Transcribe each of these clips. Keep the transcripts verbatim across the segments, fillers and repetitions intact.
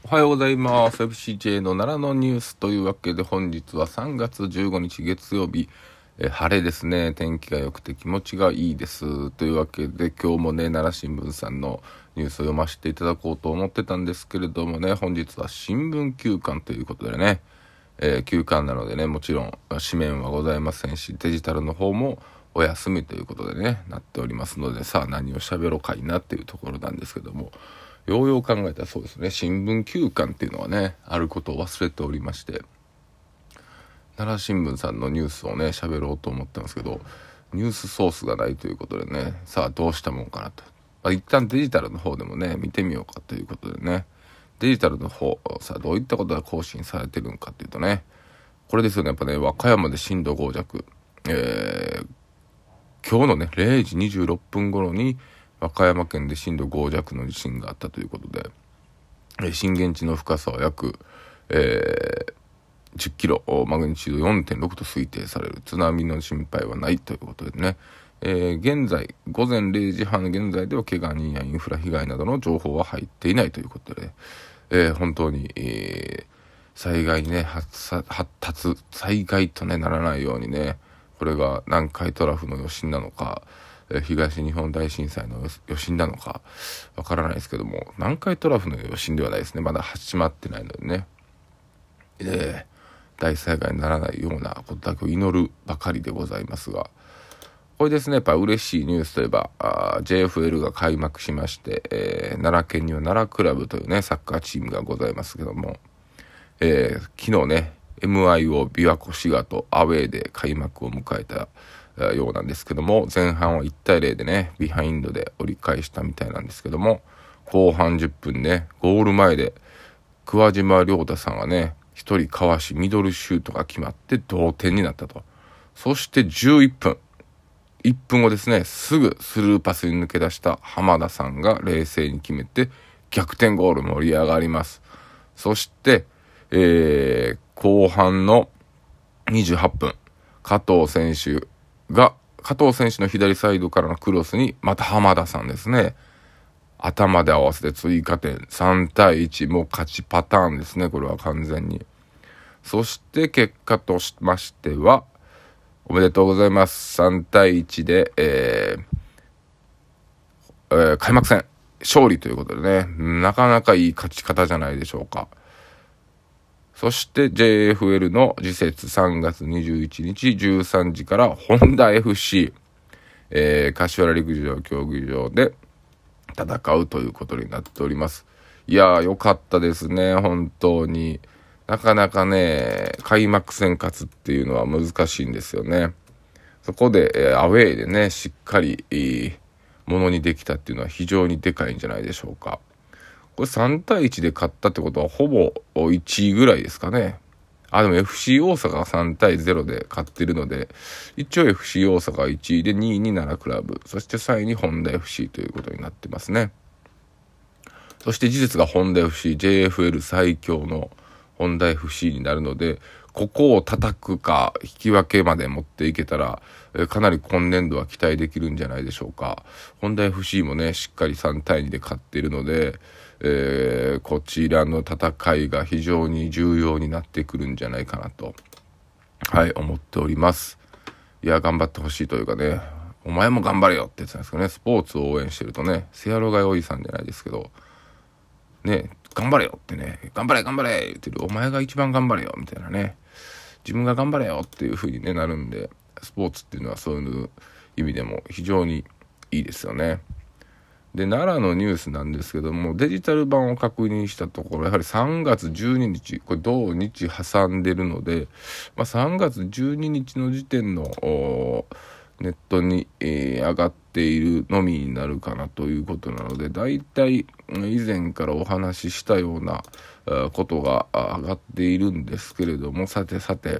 おはようございます。エフシージェー の奈良のニュースというわけで、本日はさんがつじゅうごにち月曜日、え晴れですね。天気が良くて気持ちがいいですというわけで、今日もね奈良新聞さんのニュースを読ませていただこうと思ってたんですけれどもね、本日は新聞休刊ということでね、えー、休刊なのでね、もちろん紙面はございませんし、デジタルの方もお休みということでねなっておりますので、さあ何を喋ろうかいなっていうところなんですけども、ようよう考えたらそうですね、新聞休刊っていうのはねあることを忘れておりまして、奈良新聞さんのニュースをね喋ろうと思ってますけど、ニュースソースがないということでね、さあどうしたもんかなと、まあ、一旦デジタルの方でもね見てみようかということでね、デジタルの方さあどういったことが更新されてるのかっていうとね、これですよね。やっぱね、和歌山で震度ご弱、えー、今日のねれいじにじゅうろっぷん頃に和歌山県で震度ご弱の地震があったということで、えー、震源地の深さは約、えー、じゅっキロ、マグニチュード よんてんろく と推定される。津波の心配はないということでね、えー、現在ごぜんれいじはん現在では怪我人やインフラ被害などの情報は入っていないということで、えー、本当に、えー、災害にね発達災害と、ね、ならないようにね、これが南海トラフの余震なのか、えー、東日本大震災の余震なのかわからないですけども、南海トラフの余震ではないですね。まだ始まってないのでね、えー大災害にならないようなことだけを祈るばかりでございますが、これですね、やっぱ嬉しいニュースといえば ジェイエフエル が開幕しまして、えー、奈良県には奈良クラブというねサッカーチームがございますけども、えー、昨日ね エムアイオー 琵琶湖滋賀とアウェーで開幕を迎えたようなんですけども、前半はいちたいゼロでねビハインドで折り返したみたいなんですけども、後半じゅっぷんねゴール前で桑島亮太さんがね一人かわしミドルシュートが決まって同点になったと。そしてじゅういっぷんいっぷんごですね、すぐスルーパスに抜け出した浜田さんが冷静に決めて逆転ゴール、盛り上がります。そして、えー、後半のにじゅうはっぷん、加藤選手が加藤選手の左サイドからのクロスにまた浜田さんですね、頭で合わせて追加点さんたいいち、もう勝ちパターンですね、これは完全に。そして結果としましてはおめでとうございます。さんたいいちで、えーえー、開幕戦勝利ということでね、なかなかいい勝ち方じゃないでしょうか。そして ジェイエフエル の次節さんがつにじゅういちにちじゅうさんじからホンダ エフシー、えー、柏原陸上競技場で戦うということになっております。いやーよかったですね、本当に。なかなかね開幕戦勝つっていうのは難しいんですよね。そこで、えー、アウェーでねしっかり、えー、ものにできたっていうのは非常にでかいんじゃないでしょうか。これさんたいいちで勝ったってことはほぼいちいぐらいですかね。あ、でも エフシー 大阪がさんたいゼロで勝ってるので、一応 エフシー 大阪がいちいでにいに奈良クラブ、そしてさんいにホンダ エフシー ということになってますね。そして次節がホンダ エフシー、ジェイエフエル 最強のホンダ エフシー になるので、ここを叩くか引き分けまで持っていけたら、えかなり今年度は期待できるんじゃないでしょうか。ホンダ エフシー もねしっかりさんたいにで勝っているので、えー、こちらの戦いが非常に重要になってくるんじゃないかなとはい思っております。いや頑張ってほしいというかね、お前も頑張れよってやつなんですかね。スポーツを応援してるとね、せやろがいおじさんじゃないですけどね、頑張れよってね、頑張れ頑張れ言ってる、お前が一番頑張れよみたいなね、自分が頑張れよっていう風に、ね、なるんで、スポーツっていうのはそういう意味でも非常にいいですよね。で奈良のニュースなんですけども、デジタル版を確認したところ、やはりさんがつじゅうににち、これ同日挟んでるので、まあ、さんがつじゅうににちの時点のネットに、えー、上がっているのみになるかなということなので、だいたい以前からお話ししたようなことが上がっているんですけれども、さてさて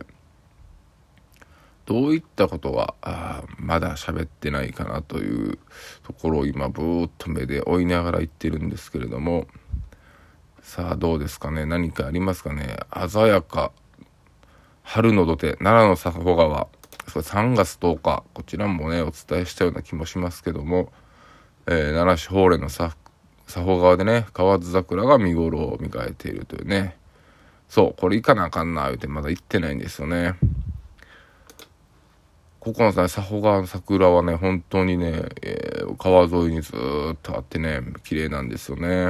どういったことがあまだ喋ってないかなというところを今ブーッと目で追いながら言ってるんですけれども、さあどうですかね、何かありますかね。鮮やか春の土手、奈良の佐保川、それさんがつとおか、こちらもねお伝えしたような気もしますけども、えー、奈良市法蓮の佐佐保川でね、河津桜が見頃を迎えているというね。そう、これ行かなあかんな、言うてまだ行ってないんですよね。ここのさ、佐保川の桜はね、本当にね、えー、川沿いにずーっとあってね、綺麗なんですよね。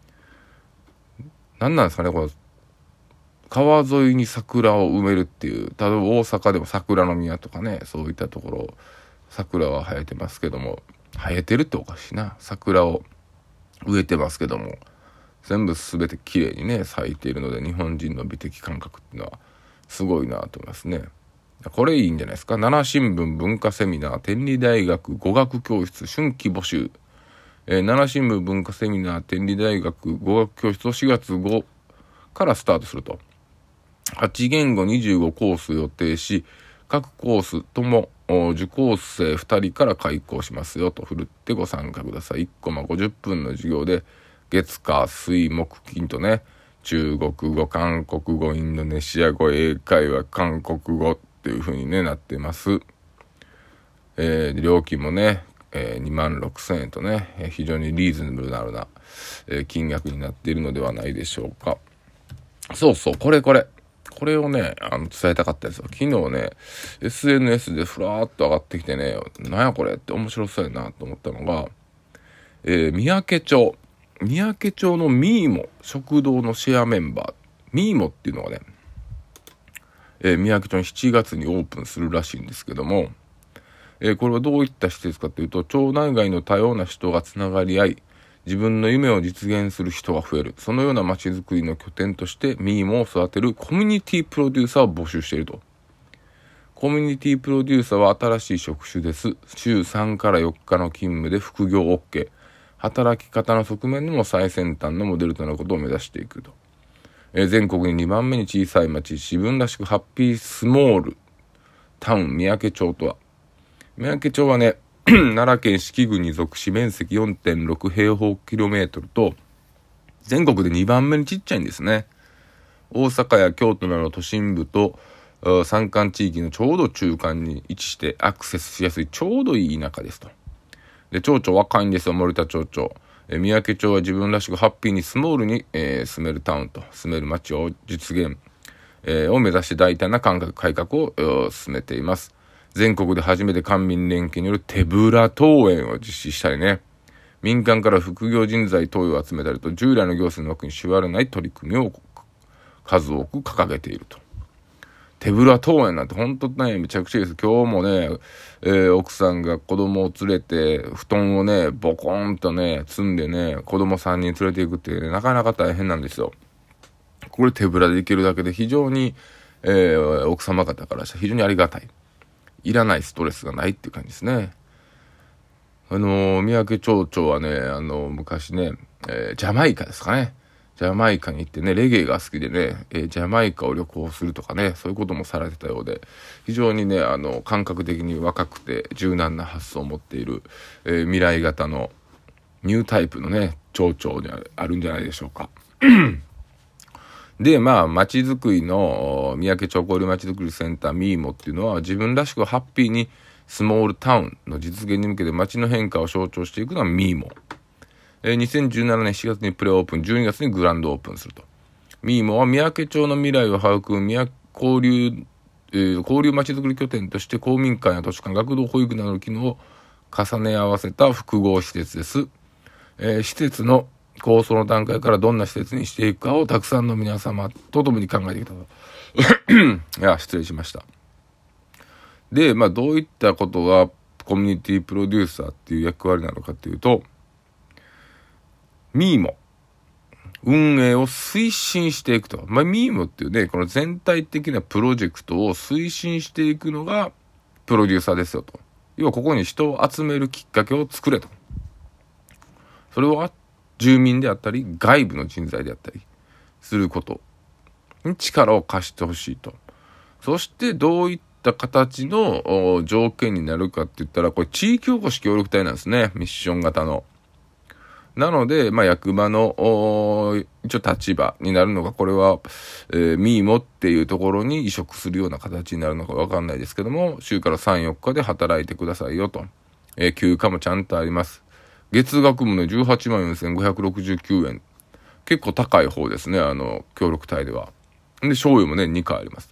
なんなんですかね、この、川沿いに桜を埋めるっていう、例えば大阪でも桜の宮とかね、そういったところ、桜は生えてますけども、生えてるっておかしいな。桜を植えてますけども、全部すべて綺麗にね、咲いているので、日本人の美的感覚っていうのは、すごいなと思いますね。これいいんじゃないですか。奈良新聞文化セミナー天理大学語学教室春季募集、えー、奈良新聞文化セミナー天理大学語学教室をしがつごからスタートすると。はち言語にじゅうごコース予定し、各コースとも受講生ふたりから開講しますよと。ふるってご参加ください。いちコマごじゅっぷんの授業で月火水木金とね、中国語、韓国語、インドネシア語、英会話、韓国語っていう風に、ね、なっています。えー、料金もね、えー、にまんろくせんえんとね、えー、非常にリーズナブルな、な、えー、金額になっているのではないでしょうか。そうそう、これこれ。これをね、あの伝えたかったですよ。昨日ね、エスエヌエス でふらーっと上がってきてね、なんやこれって面白そうやなと思ったのが、えー、三宅町。三宅町のミーモ食堂のシェアメンバー。ミーモっていうのがね、えー、三宅町にしちがつにオープンするらしいんですけども、えー、これはどういった施設かというと、町内外の多様な人がつながり合い、自分の夢を実現する人が増える。そのような街づくりの拠点としてミーモを育てるコミュニティプロデューサーを募集していると。コミュニティプロデューサーは新しい職種です。週さんからよっかの勤務で副業 OK。働き方の側面でも最先端のモデルとなることを目指していくと。えー、全国ににばんめに小さい町、自分らしくハッピースモールタウン三宅町とは。三宅町はね、奈良県四季郡に属し、面積 よんてんろく平方キロメートルと、全国でにばんめにちっちゃいんですね。大阪や京都などの都心部と山間地域のちょうど中間に位置してアクセスしやすいちょうどいい田舎ですと。で、町長若いんですよ、森田町長。え三宅町は自分らしくハッピーにスモールに、えー、住めるタウンと、住める街を実現、えー、を目指して大胆な感覚改革を、えー、進めています。全国で初めて官民連携による手ぶら登園を実施したりね、民間から副業人材等を集めたりと、従来の行政の枠に縛られない取り組みを数多く掲げていると。手ぶら登園なんてほんとね、めちゃくちゃいいです。今日もね、えー、奥さんが子供を連れて、布団をね、ボコーンとね、積んでね、子供さんにん連れていくって、ね、なかなか大変なんですよ。これ手ぶらで行けるだけで非常に、えー、奥様方からしたら非常にありがたい。いらないストレスがないっていう感じですね。あのー、三宅町長はね、あのー、昔ね、えー、ジャマイカですかね。ジャマイカに行ってね、レゲエが好きでね、えー、ジャマイカを旅行するとかね、そういうこともされてたようで、非常にね、あの、感覚的に若くて柔軟な発想を持っている、えー、未来型のニュータイプのね、町長にあるんじゃないでしょうか。で、まあ、街づくりの、三宅町交流街づくりセンターミーモっていうのは、自分らしくハッピーにスモールタウンの実現に向けて街の変化を象徴していくのはミーモ。えー、にせんじゅうななねんしがつにプレオープン、じゅうにがつにグランドオープンすると。ミーモは三宅町の未来を育む宮交流、えー、交流街づくり拠点として公民館や図書館、学童保育などの機能を重ね合わせた複合施設です。えー、施設の構想の段階からどんな施設にしていくかをたくさんの皆様と共に考えてきたと。いや、失礼しました。で、まあ、どういったことがコミュニティプロデューサーっていう役割なのかというと、ミーモ。運営を推進していくと。まあ、ミーモっていうね、この全体的なプロジェクトを推進していくのがプロデューサーですよと。要はここに人を集めるきっかけを作れと。それは住民であったり、外部の人材であったりすることに力を貸してほしいと。そしてどういった形の条件になるかって言ったら、これ地域おこし協力隊なんですね。ミッション型の。なので、まあ、役場の、一応立場になるのか、これは、えー、ミーモっていうところに移植するような形になるのかわかんないですけども、週からさん、よっかで働いてくださいよと。えー、休暇もちゃんとあります。 月額もね、じゅうはちまんよんせんごひゃくろくじゅうきゅうえん。結構高い方ですね、あの、協力隊では。で、賞与もね、にかいありますと。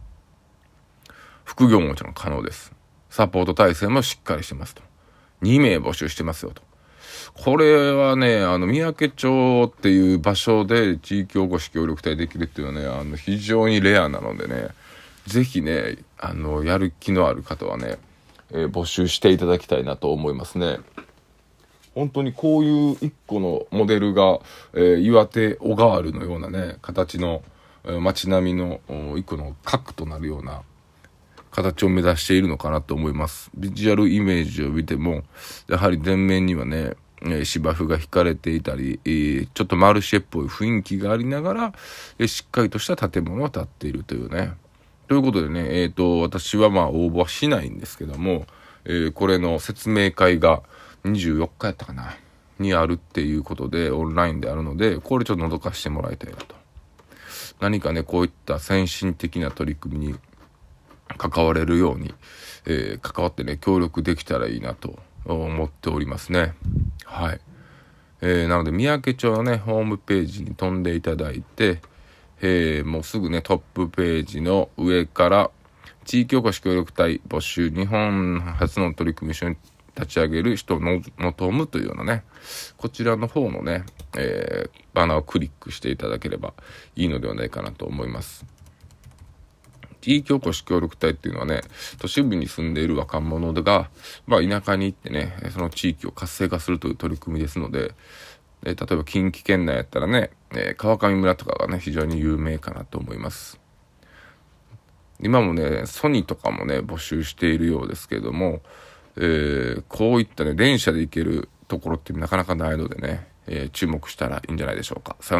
副業ももちろん可能です。サポート体制もしっかりしてますと。にめい募集してますよと。これはね、あの、三宅町っていう場所で地域おこし協力隊できるっていうのはね、あの、非常にレアなのでね、ぜひね、あの、やる気のある方はね、えー募集していただきたいなと思いますね。本当にこういう一個のモデルが、えー岩手小川原のようなね、形の、えー街並みのお一個の核となるような形を目指しているのかなと思います。ビジュアルイメージを見ても、やはり前面にはね、えー芝生が引かれていたり、えーちょっとマルシェっぽい雰囲気がありながら、えーしっかりとした建物が建っているというね。ということでね、えっと、私はまあ応募はしないんですけども、えーこれの説明会がにじゅうよっかやったかなにあるっていうことで、オンラインであるので、これちょっと覗かしてもらいたいなと。何かね、こういった先進的な取り組みに関われるように、えー関わってね、協力できたらいいなと思っておりますね。はい。えーなので、三宅町のね、ホームページに飛んでいただいて、えーもうすぐね、トップページの上から、地域おこし協力隊募集、日本初の取り組み一緒に立ち上げる人を望むというようなね、こちらの方のね、えーバナーをクリックしていただければいいのではないかなと思います。地域おこし協力隊っていうのはね、都市部に住んでいる若者が、まあ田舎に行ってね、その地域を活性化するという取り組みですので、えー例えば近畿圏内やったらね、えー川上村とかがね、非常に有名かなと思います。今もね、ソニーとかもね、募集しているようですけれども、えーこういったね、電車で行けるところってなかなかないのでね、えー注目したらいいんじゃないでしょうか。さよ